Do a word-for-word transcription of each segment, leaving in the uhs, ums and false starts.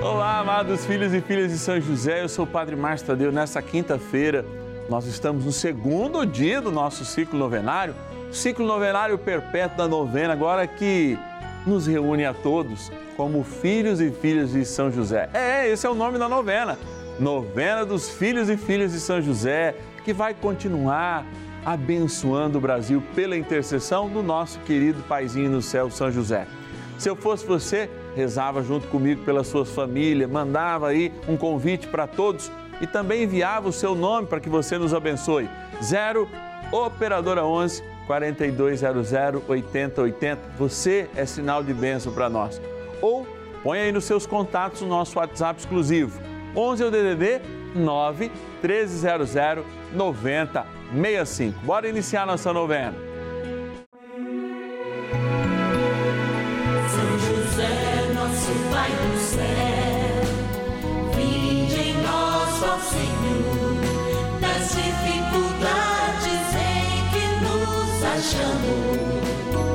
Olá, amados filhos e filhas de São José, eu sou o Padre Márcio Tadeu. Nessa quinta-feira, nós estamos no segundo dia do nosso ciclo novenário, ciclo novenário perpétuo da novena, agora que nos reúne a todos como filhos e filhas de São José. É, esse é o nome da novena, Novena dos Filhos e Filhas de São José, que vai continuar abençoando o Brasil pela intercessão do nosso querido paizinho no céu, São José. Se eu fosse você, rezava junto comigo pela sua família, mandava aí um convite para todos e também enviava o seu nome para que você nos abençoe. zero Operadora onze, quarenta e dois zero zero, oitenta oitenta. Você é sinal de bênção para nós. Ou põe aí nos seus contatos o nosso WhatsApp exclusivo. onze é o D D D nove, treze zero zero, noventa sessenta e cinco. Bora iniciar nossa novena. Pai do céu, vinde em nós, ó Senhor, nas dificuldades em que nos achamos,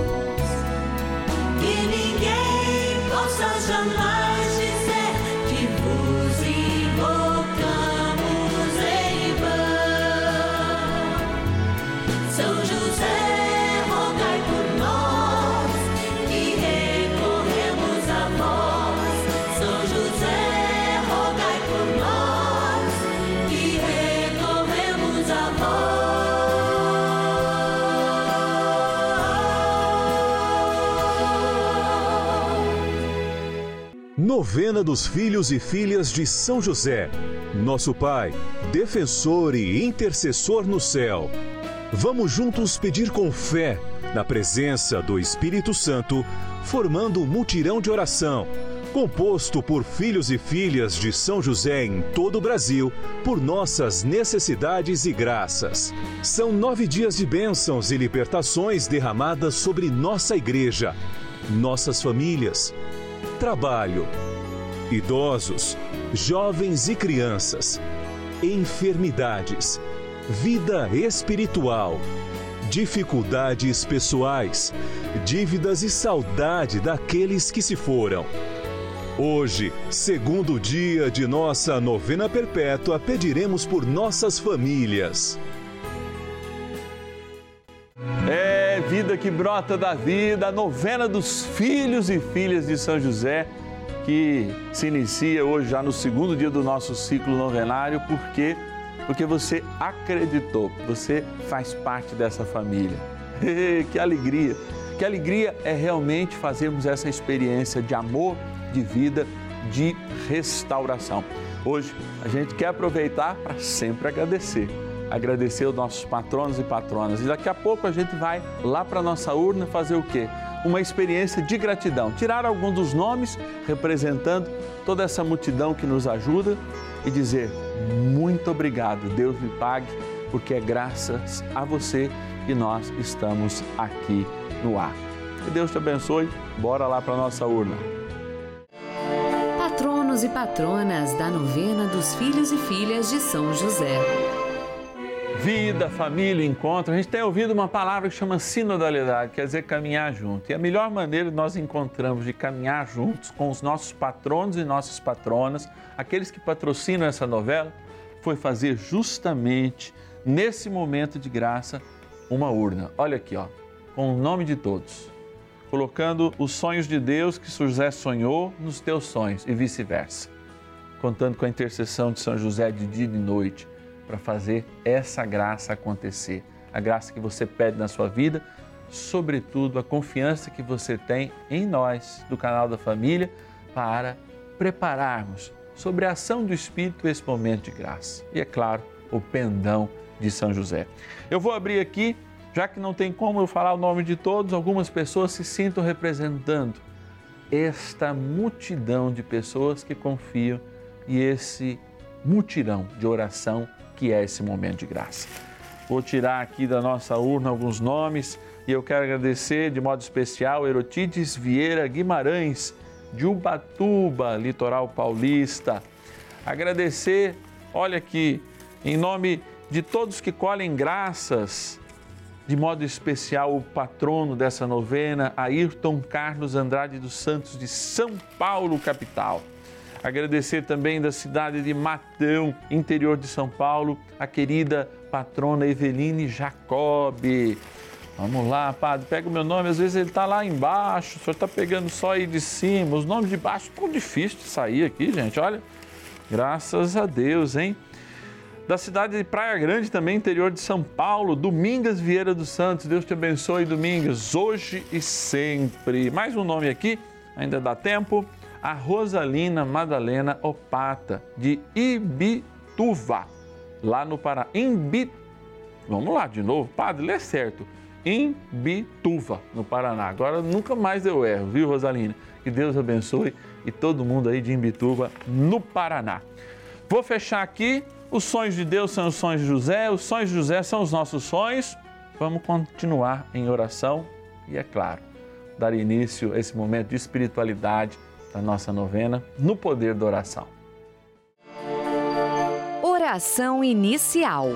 que ninguém possa jamais dizer que vos invocamos em vão. São José, rogai por nós, que recorremos a vós. Novena dos Filhos e Filhas de São José, nosso Pai, defensor e intercessor no céu. Vamos juntos pedir com fé, na presença do Espírito Santo, formando um mutirão de oração, composto por filhos e filhas de São José em todo o Brasil, por nossas necessidades e graças. São nove dias de bênçãos e libertações derramadas sobre nossa igreja, nossas famílias, trabalho, idosos, jovens e crianças, enfermidades, vida espiritual, dificuldades pessoais, dívidas e saudade daqueles que se foram. Hoje, segundo dia de nossa novena perpétua, pediremos por nossas famílias. É vida que brota da vida, a novena dos filhos e filhas de São José, que se inicia hoje já no segundo dia do nosso ciclo novenário, porque porque você acreditou, você faz parte dessa família. Que alegria! Que alegria é realmente fazermos essa experiência de amor, de vida, de restauração. Hoje a gente quer aproveitar para sempre agradecer. Agradecer aos nossos patronos e patronas. E daqui a pouco a gente vai lá para a nossa urna fazer o quê? Uma experiência de gratidão. Tirar algum dos nomes representando toda essa multidão que nos ajuda e dizer muito obrigado. Deus lhe pague, porque é graças a você que nós estamos aqui no ar. Que Deus te abençoe. Bora lá para a nossa urna. Patronos e patronas da novena dos filhos e filhas de São José. Vida, família, encontro. A gente tem ouvido uma palavra que chama sinodalidade, quer dizer caminhar junto. E a melhor maneira que nós encontramos de caminhar juntos com os nossos patronos e nossas patronas, aqueles que patrocinam essa novela, foi fazer justamente nesse momento de graça uma urna. Olha aqui, ó, com o nome de todos, colocando os sonhos de Deus que José sonhou nos teus sonhos e vice-versa, contando com a intercessão de São José de dia e de noite, para fazer essa graça acontecer. A graça que você pede na sua vida, sobretudo a confiança que você tem em nós, do canal da família, para prepararmos sobre a ação do Espírito esse momento de graça. E é claro, o pendão de São José. Eu vou abrir aqui, já que não tem como eu falar o nome de todos, algumas pessoas se sintam representando esta multidão de pessoas que confiam e esse mutirão de oração que é esse momento de graça. Vou tirar aqui da nossa urna alguns nomes e eu quero agradecer de modo especial Erotides Vieira Guimarães, de Ubatuba, litoral paulista. Agradecer, olha aqui, em nome de todos que colhem graças, de modo especial o patrono dessa novena, Ayrton Carlos Andrade dos Santos, de São Paulo, capital. Agradecer também da cidade de Matão, interior de São Paulo, a querida patrona Eveline Jacobi. Vamos lá, padre, pega o meu nome, às vezes ele está lá embaixo, o senhor está pegando só aí de cima, os nomes de baixo, tão difícil de sair aqui, gente, olha, graças a Deus, hein? Da cidade de Praia Grande também, interior de São Paulo, Domingas Vieira dos Santos, Deus te abençoe, Domingas, hoje e sempre. Mais um nome aqui, ainda dá tempo, a Rosalina Madalena Opata, de Ibituva, lá no Pará, Imbituva, vamos lá de novo, padre, lê certo. Imbituva, no Paraná. Agora nunca mais eu erro, viu, Rosalina? Que Deus abençoe e todo mundo aí de Imbituva, no Paraná. Vou fechar aqui. Os sonhos de Deus são os sonhos de José, os sonhos de José são os nossos sonhos. Vamos continuar em oração e, é claro, dar início a esse momento de espiritualidade da nossa novena no poder da oração. Oração inicial.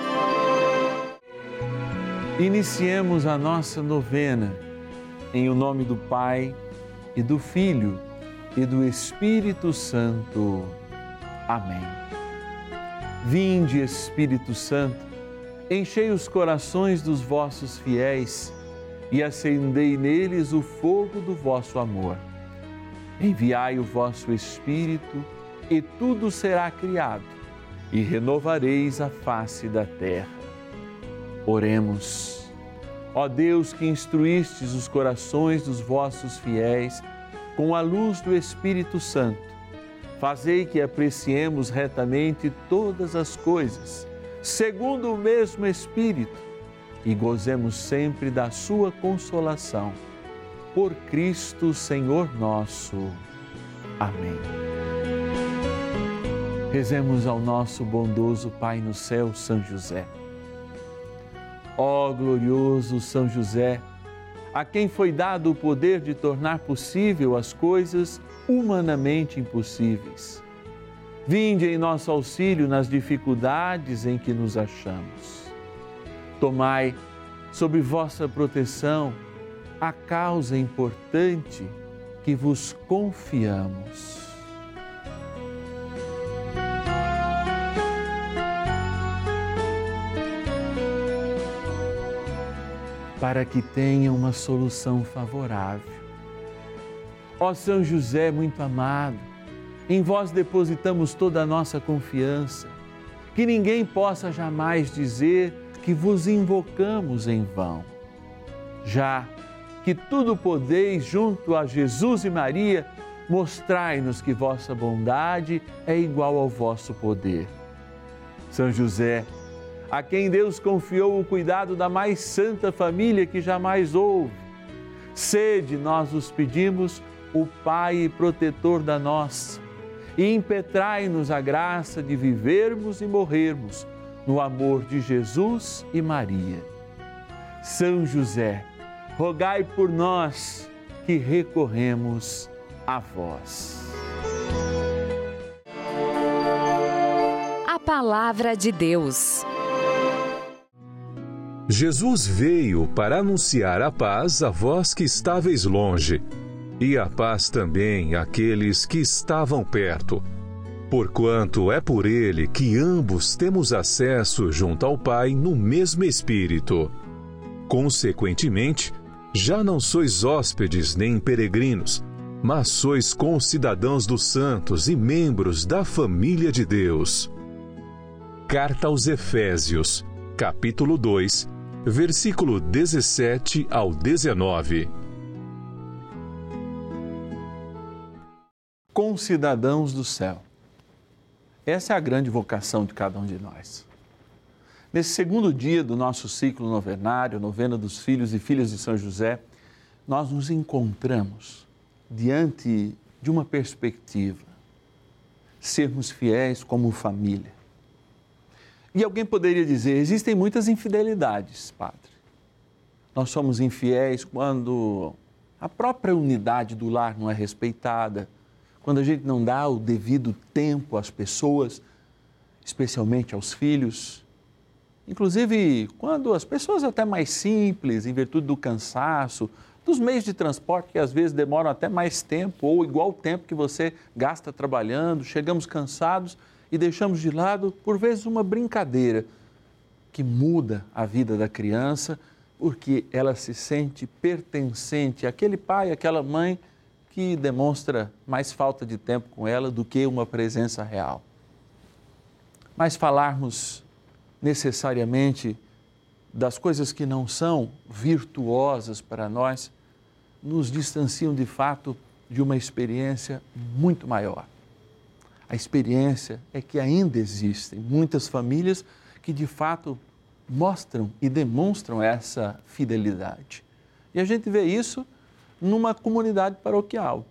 Iniciemos a nossa novena em o nome do Pai e do Filho e do Espírito Santo. Amém. Vinde, Espírito Santo, enchei os corações dos vossos fiéis e acendei neles o fogo do vosso amor. Enviai o vosso Espírito e tudo será criado e renovareis a face da terra. Oremos. Ó Deus, que instruístes os corações dos vossos fiéis com a luz do Espírito Santo, fazei que apreciemos retamente todas as coisas, segundo o mesmo Espírito, e gozemos sempre da sua consolação. Por Cristo, Senhor nosso. Amém. Rezemos ao nosso bondoso Pai no céu, São José. Ó glorioso São José, a quem foi dado o poder de tornar possível as coisas humanamente impossíveis. Vinde em nosso auxílio nas dificuldades em que nos achamos. Tomai sob vossa proteção a causa importante que vos confiamos. Para que tenha uma solução favorável. Ó São José muito amado, em vós depositamos toda a nossa confiança, que ninguém possa jamais dizer que vos invocamos em vão. Já que tudo podeis junto a Jesus e Maria, mostrai-nos que vossa bondade é igual ao vosso poder. São José, a quem Deus confiou o cuidado da mais santa família que jamais houve, sede, nós os pedimos, o Pai e protetor da nossa, e impetrai-nos a graça de vivermos e morrermos no amor de Jesus e Maria. São José, rogai por nós que recorremos a vós. A Palavra de Deus. Jesus veio para anunciar a paz a vós que estáveis longe, e a paz também àqueles que estavam perto. Porquanto é por ele que ambos temos acesso junto ao Pai no mesmo Espírito. Consequentemente, já não sois hóspedes nem peregrinos, mas sois concidadãos dos santos e membros da família de Deus. Carta aos Efésios, capítulo dois, versículo dezessete ao dezenove. Concidadãos do céu. Essa é a grande vocação de cada um de nós. Nesse segundo dia do nosso ciclo novenário, novena dos filhos e filhas de São José, nós nos encontramos diante de uma perspectiva, sermos fiéis como família. E alguém poderia dizer, existem muitas infidelidades, padre. Nós somos infiéis quando a própria unidade do lar não é respeitada, quando a gente não dá o devido tempo às pessoas, especialmente aos filhos. Inclusive, quando as pessoas até mais simples, em virtude do cansaço, dos meios de transporte que às vezes demoram até mais tempo ou igual o tempo que você gasta trabalhando, chegamos cansados e deixamos de lado, por vezes, uma brincadeira que muda a vida da criança porque ela se sente pertencente àquele pai, àquela mãe que demonstra mais falta de tempo com ela do que uma presença real. Mas falarmos necessariamente das coisas que não são virtuosas para nós, nos distanciam de fato de uma experiência muito maior. A experiência é que ainda existem muitas famílias que de fato mostram e demonstram essa fidelidade. E a gente vê isso numa comunidade paroquial.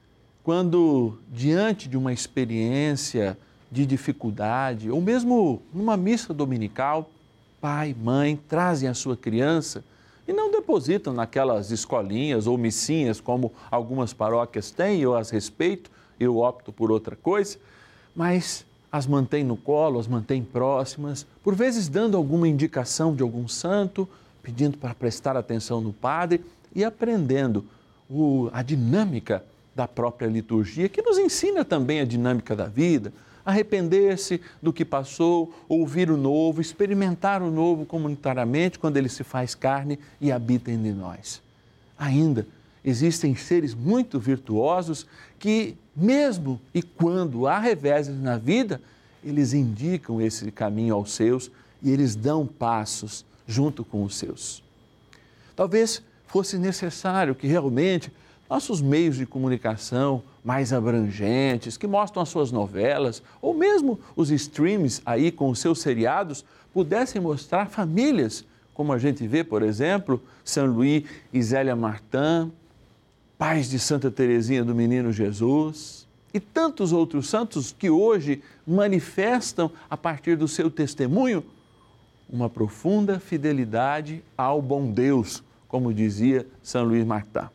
Quando, diante de uma experiência de dificuldade, ou mesmo numa missa dominical, pai, mãe trazem a sua criança e não depositam naquelas escolinhas ou missinhas como algumas paróquias têm, eu as respeito, eu opto por outra coisa, mas as mantém no colo, as mantém próximas, por vezes dando alguma indicação de algum santo, pedindo para prestar atenção no padre e aprendendo o, a dinâmica da própria liturgia, que nos ensina também a dinâmica da vida, arrepender-se do que passou, ouvir o novo, experimentar o novo comunitariamente quando ele se faz carne e habita entre nós. Ainda existem seres muito virtuosos que, mesmo e quando há reveses na vida, eles indicam esse caminho aos seus e eles dão passos junto com os seus. Talvez fosse necessário que realmente nossos meios de comunicação mais abrangentes, que mostram as suas novelas, ou mesmo os streams aí com os seus seriados, pudessem mostrar famílias, como a gente vê, por exemplo, São Luís e Zélia Martin, pais de Santa Teresinha do Menino Jesus, e tantos outros santos que hoje manifestam, a partir do seu testemunho, uma profunda fidelidade ao bom Deus, como dizia São Luís Martin.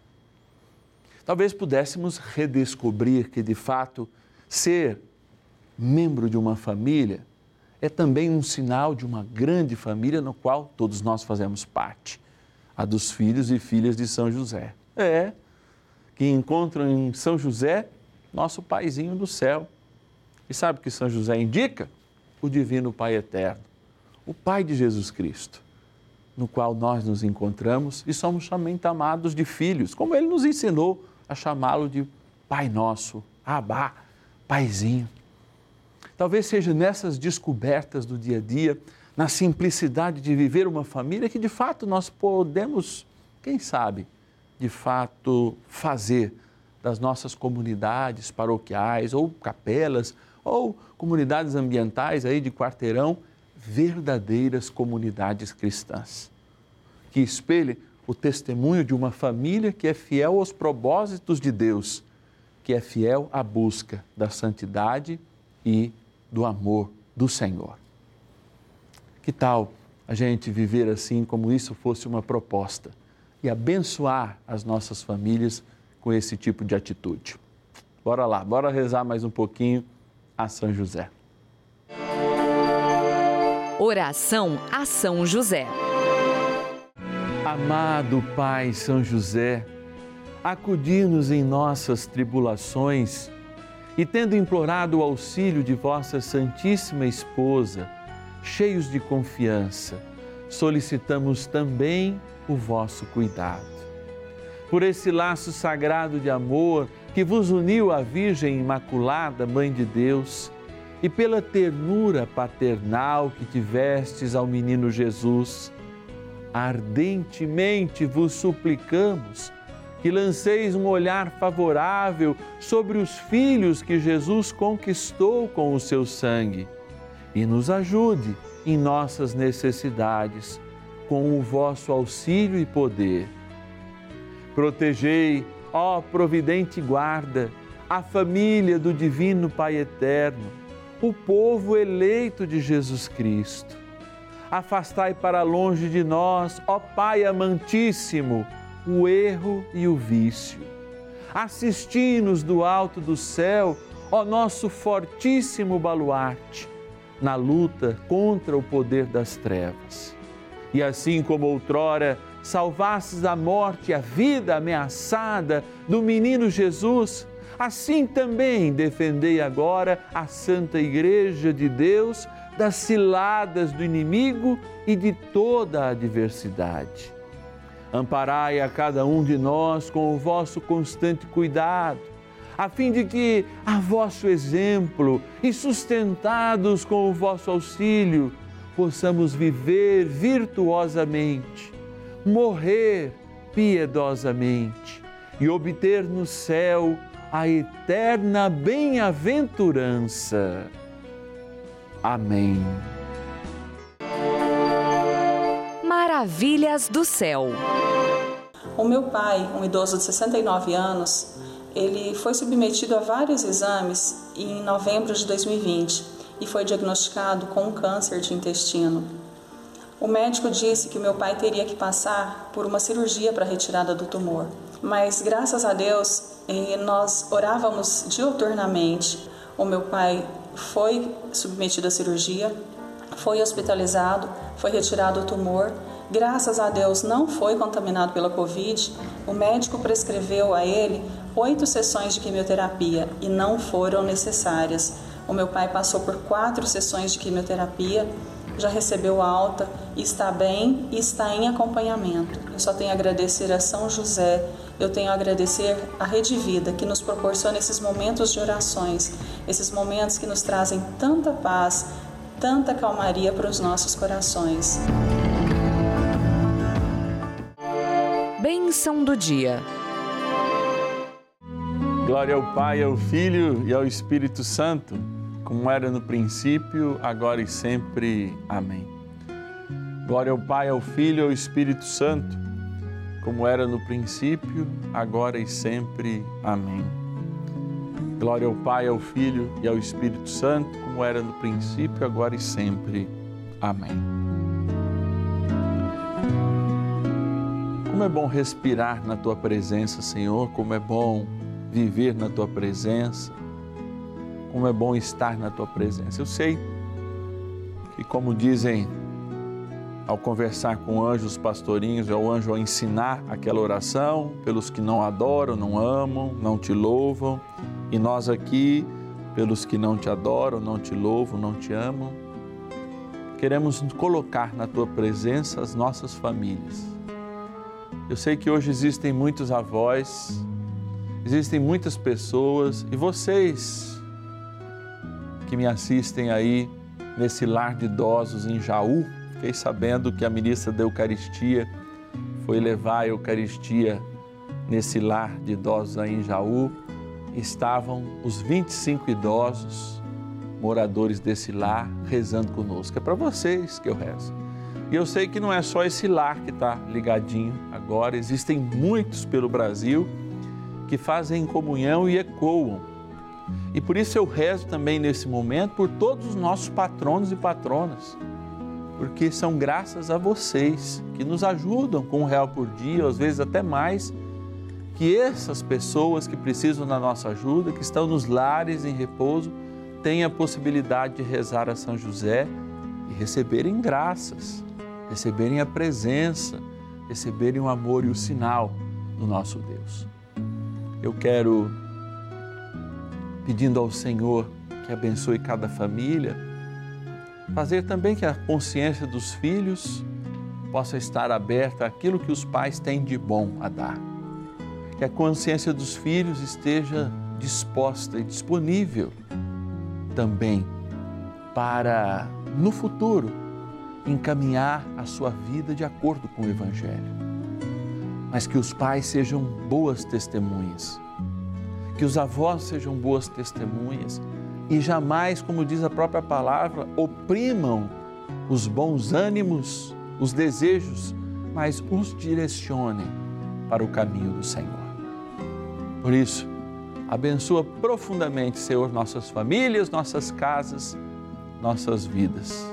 Talvez pudéssemos redescobrir que, de fato, ser membro de uma família é também um sinal de uma grande família no qual todos nós fazemos parte, a dos filhos e filhas de São José. É, que encontram em São José nosso paizinho do céu. E sabe o que São José indica? O Divino Pai Eterno, o Pai de Jesus Cristo, no qual nós nos encontramos e somos somente amados de filhos, como Ele nos ensinou a chamá-lo de Pai Nosso, Abá, Paizinho. Talvez seja nessas descobertas do dia a dia, na simplicidade de viver uma família, que de fato nós podemos, quem sabe, de fato fazer das nossas comunidades paroquiais ou capelas ou comunidades ambientais aí de quarteirão, verdadeiras comunidades cristãs, que espelhem o testemunho de uma família que é fiel aos propósitos de Deus, que é fiel à busca da santidade e do amor do Senhor. Que tal a gente viver assim, como isso fosse uma proposta, e abençoar as nossas famílias com esse tipo de atitude? Bora lá, bora rezar mais um pouquinho a São José. Oração a São José. Amado Pai São José, acudir-nos em nossas tribulações e, tendo implorado o auxílio de vossa Santíssima Esposa, cheios de confiança, solicitamos também o vosso cuidado. Por esse laço sagrado de amor que vos uniu à Virgem Imaculada, Mãe de Deus, e pela ternura paternal que tivestes ao menino Jesus, ardentemente vos suplicamos que lanceis um olhar favorável sobre os filhos que Jesus conquistou com o seu sangue e nos ajude em nossas necessidades com o vosso auxílio e poder. Protegei, ó providente guarda, a família do Divino Pai Eterno, o povo eleito de Jesus Cristo. Afastai para longe de nós, ó Pai amantíssimo, o erro e o vício. Assisti-nos do alto do céu, ó nosso fortíssimo baluarte, na luta contra o poder das trevas. E assim como outrora salvastes da morte e a vida ameaçada do menino Jesus, assim também defendei agora a Santa Igreja de Deus das ciladas do inimigo e de toda a adversidade. Amparai a cada um de nós com o vosso constante cuidado, a fim de que, a vosso exemplo e sustentados com o vosso auxílio, possamos viver virtuosamente, morrer piedosamente e obter no céu a eterna bem-aventurança. Amém. Maravilhas do céu. O meu pai, um idoso de sessenta e nove anos, ele foi submetido a vários exames em novembro de dois mil e vinte e foi diagnosticado com um câncer de intestino. O médico disse que meu pai teria que passar por uma cirurgia para a retirada do tumor, mas graças a Deus nós orávamos diuturnamente. O meu pai foi submetido à cirurgia, foi hospitalizado, foi retirado o tumor. Graças a Deus não foi contaminado pela Covid. O médico prescreveu a ele oito sessões de quimioterapia e não foram necessárias. O meu pai passou por quatro sessões de quimioterapia, já recebeu alta, está bem e está em acompanhamento. Eu só tenho a agradecer a São José, eu tenho a agradecer a Rede Vida, que nos proporciona esses momentos de orações, esses momentos que nos trazem tanta paz, tanta calmaria para os nossos corações. Bênção do dia. Glória ao Pai, ao Filho e ao Espírito Santo, como era no princípio, agora e sempre. Amém. Glória ao Pai, ao Filho e ao Espírito Santo, como era no princípio, agora e sempre. Amém. Glória ao Pai, ao Filho e ao Espírito Santo, como era no princípio, agora e sempre. Amém. Como é bom respirar na Tua presença, Senhor, como é bom viver na Tua presença, como é bom estar na Tua presença. Eu sei que, como dizem ao conversar com anjos pastorinhos, é o anjo a ensinar aquela oração pelos que não adoram, não amam, não Te louvam, e nós aqui, pelos que não Te adoram, não Te louvam, não Te amam, queremos colocar na Tua presença as nossas famílias. Eu sei que hoje existem muitos avós, existem muitas pessoas, e vocês que me assistem aí nesse lar de idosos em Jaú, fiquei sabendo que a ministra da Eucaristia foi levar a Eucaristia nesse lar de idosos aí em Jaú. Estavam os vinte e cinco idosos moradores desse lar rezando conosco. É para vocês que eu rezo. E eu sei que não é só esse lar que está ligadinho agora, existem muitos pelo Brasil que fazem comunhão e ecoam. E por isso eu rezo também nesse momento por todos os nossos patronos e patronas, porque são graças a vocês que nos ajudam com um real por dia, às vezes até mais, que essas pessoas que precisam da nossa ajuda, que estão nos lares em repouso, tenham a possibilidade de rezar a São José e receberem graças, receberem a presença, receberem o amor e o sinal do nosso Deus. Eu quero, pedindo ao Senhor que abençoe cada família, fazer também que a consciência dos filhos possa estar aberta àquilo que os pais têm de bom a dar. Que a consciência dos filhos esteja disposta e disponível também para, no futuro, encaminhar a sua vida de acordo com o Evangelho. Mas que os pais sejam boas testemunhas, que os avós sejam boas testemunhas e jamais, como diz a própria palavra, oprimam os bons ânimos, os desejos, mas os direcionem para o caminho do Senhor. Por isso, abençoa profundamente, Senhor, nossas famílias, nossas casas, nossas vidas.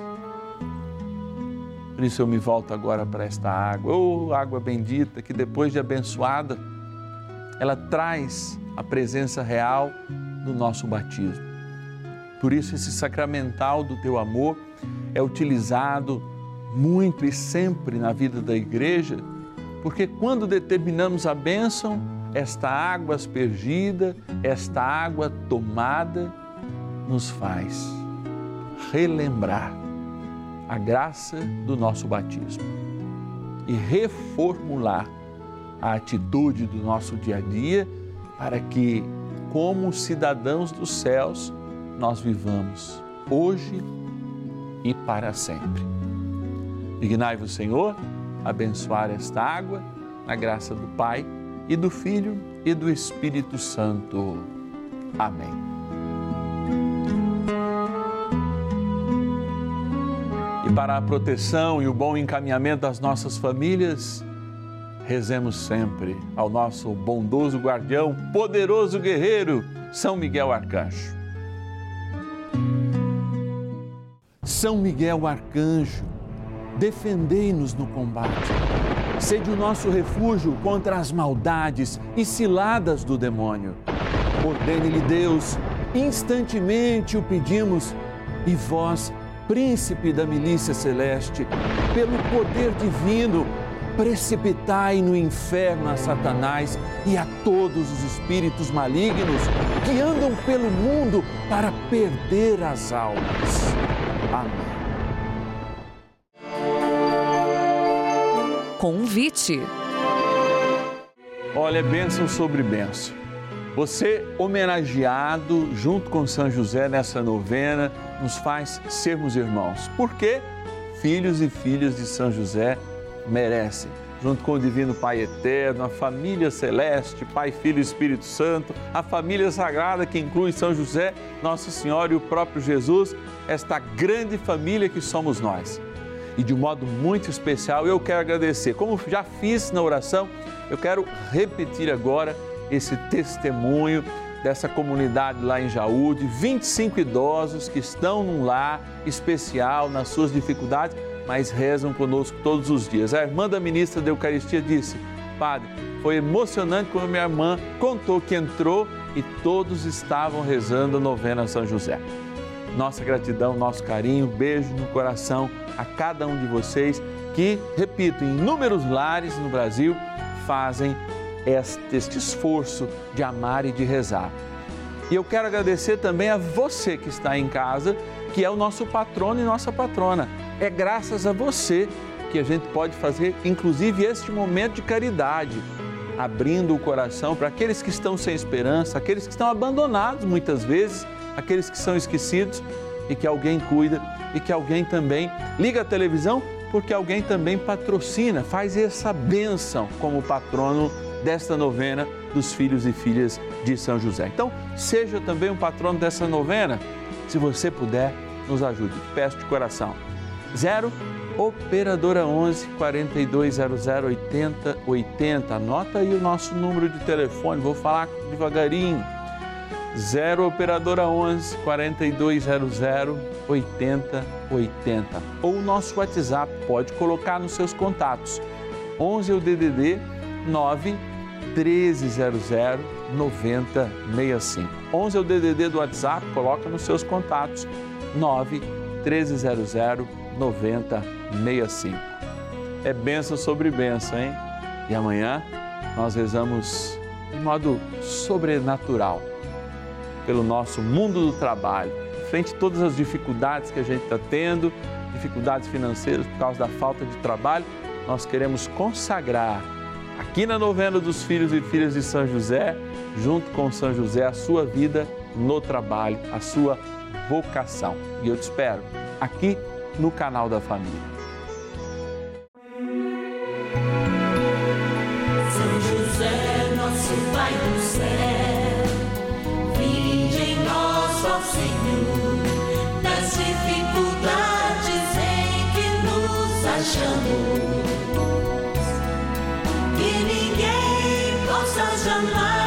Por isso eu me volto agora para esta água, oh, água bendita, que depois de abençoada, ela traz a presença real do nosso batismo. Por isso esse sacramental do Teu amor é utilizado muito e sempre na vida da igreja porque quando determinamos a bênção, esta água aspergida, esta água tomada, nos faz relembrar a graça do nosso batismo e reformular a atitude do nosso dia a dia para que, como cidadãos dos céus, nós vivamos hoje e para sempre. Dignai-vos, Senhor, abençoar esta água na graça do Pai e do Filho e do Espírito Santo. Amém. E para a proteção e o bom encaminhamento das nossas famílias, rezemos sempre ao nosso bondoso guardião, poderoso guerreiro, São Miguel Arcanjo. São Miguel Arcanjo, defendei-nos no combate. Sede o nosso refúgio contra as maldades e ciladas do demônio. Ordene-lhe Deus, instantemente o pedimos, e vós, Príncipe da milícia celeste, pelo poder divino, precipitai no inferno a Satanás e a todos os espíritos malignos que andam pelo mundo para perder as almas. Amém. Convite. Olha, bênção sobre bênção. Você, homenageado junto com São José nessa novena, nos faz sermos irmãos. Porque filhos e filhas de São José merecem, junto com o Divino Pai Eterno, a família celeste, Pai, Filho e Espírito Santo, a família sagrada que inclui São José, Nossa Senhora e o próprio Jesus, esta grande família que somos nós. E de um modo muito especial eu quero agradecer, como já fiz na oração, eu quero repetir agora esse testemunho dessa comunidade lá em Jaú, de vinte e cinco idosos que estão num lar especial nas suas dificuldades, mas rezam conosco todos os dias. A irmã da ministra da Eucaristia disse: Padre, foi emocionante quando minha irmã contou que entrou e todos estavam rezando a novena a São José. Nossa gratidão, nosso carinho, beijo no coração a cada um de vocês que, repito, em inúmeros lares no Brasil fazem este, este esforço de amar e de rezar. E eu quero agradecer também a você que está em casa, que é o nosso patrono e nossa patrona. É graças a você que a gente pode fazer, inclusive, este momento de caridade, abrindo o coração para aqueles que estão sem esperança, aqueles que estão abandonados muitas vezes, aqueles que são esquecidos e que alguém cuida e que alguém também liga a televisão porque alguém também patrocina, faz essa bênção como patrono desta novena dos filhos e filhas de São José. Então, seja também um patrono dessa novena. Se você puder, nos ajude. Peço de coração. Zero Operadora onze, quarenta e dois zero zero, oitenta oitenta. Anota aí o nosso número de telefone, vou falar devagarinho. Zero Operadora onze, quarenta e dois zero zero, oitenta oitenta. Ou o nosso WhatsApp, pode colocar nos seus contatos. onze é o D D D nove, treze zero zero, noventa sessenta e cinco. onze é o D D D do WhatsApp, coloca nos seus contatos. nove, treze zero zero, noventa sessenta e cinco. É bênção sobre bênção, hein? E amanhã nós rezamos de modo sobrenatural pelo nosso mundo do trabalho, frente a todas as dificuldades que a gente está tendo, dificuldades financeiras por causa da falta de trabalho, nós queremos consagrar aqui na novena dos filhos e filhas de São José, junto com São José, a sua vida no trabalho, a sua vocação. E eu te espero aqui no canal da família. São José, nosso Pai do céu, vinde em nós, ó Senhor, nas dificuldades em que nos achamos, que ninguém possa jamais